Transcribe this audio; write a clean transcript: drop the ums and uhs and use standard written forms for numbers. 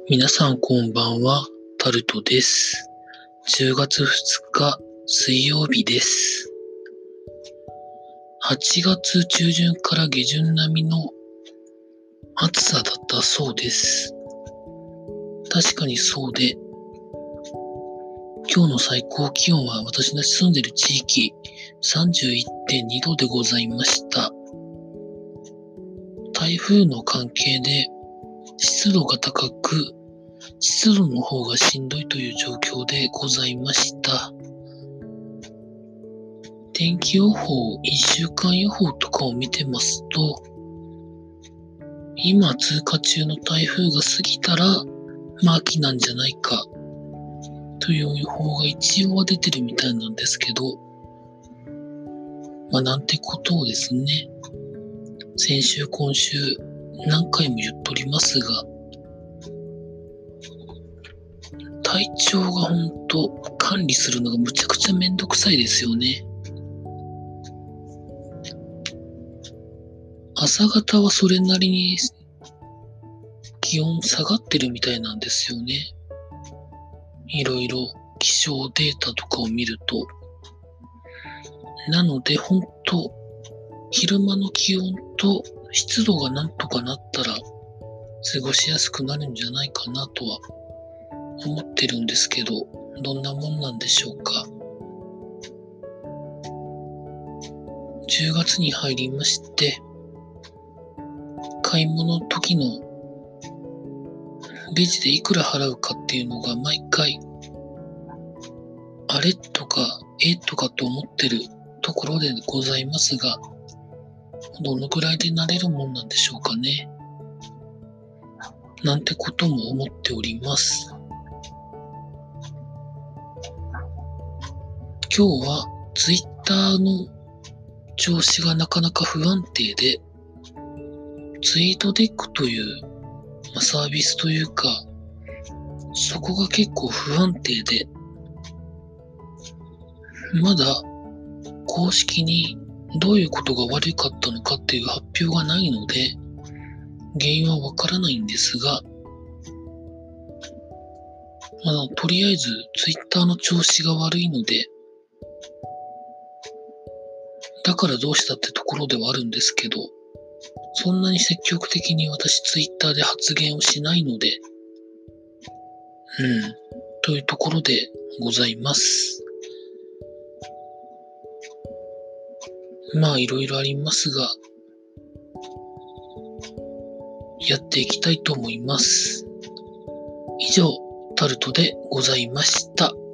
皆さんこんばんは、タルトです。10月2日水曜日です。8月中旬から下旬並みの暑さだったそうです。確かにそうで、今日の最高気温は私の住んでいる地域 31.2 度でございました。台風の関係で湿度が高く、湿度の方がしんどいという状況でございました。天気予報、1週間予報とかを見てますと、今通過中の台風が過ぎたら、秋なんじゃないかという予報が一応は出てるみたいなんですけど、なんてことをですね、先週今週何回も言っとりますが、体調が本当管理するのがむちゃくちゃめんどくさいですよね。朝方はそれなりに気温下がってるみたいなんですよね。いろいろ気象データとかを見ると。なので本当昼間の気温と湿度がなんとかなったら過ごしやすくなるんじゃないかなとは思ってるんですけど、どんなもんなんでしょうか。10月に入りまして、買い物の時のレジでいくら払うかっていうのが毎回、あれとか、とかと思ってるところでございますが、どのくらいで慣れるもんなんでしょうかね。なんてことも思っております。今日はツイッターの調子がなかなか不安定で、ツイートデックというサービスというか、そこが結構不安定で、まだ公式にどういうことが悪かったのかっていう発表がないので、原因はわからないんですが、とりあえずツイッターの調子が悪いので、だからどうしたってところではあるんですけど、そんなに積極的に私ツイッターで発言をしないので、というところでございます。いろいろありますが、やっていきたいと思います。以上、タルトでございました。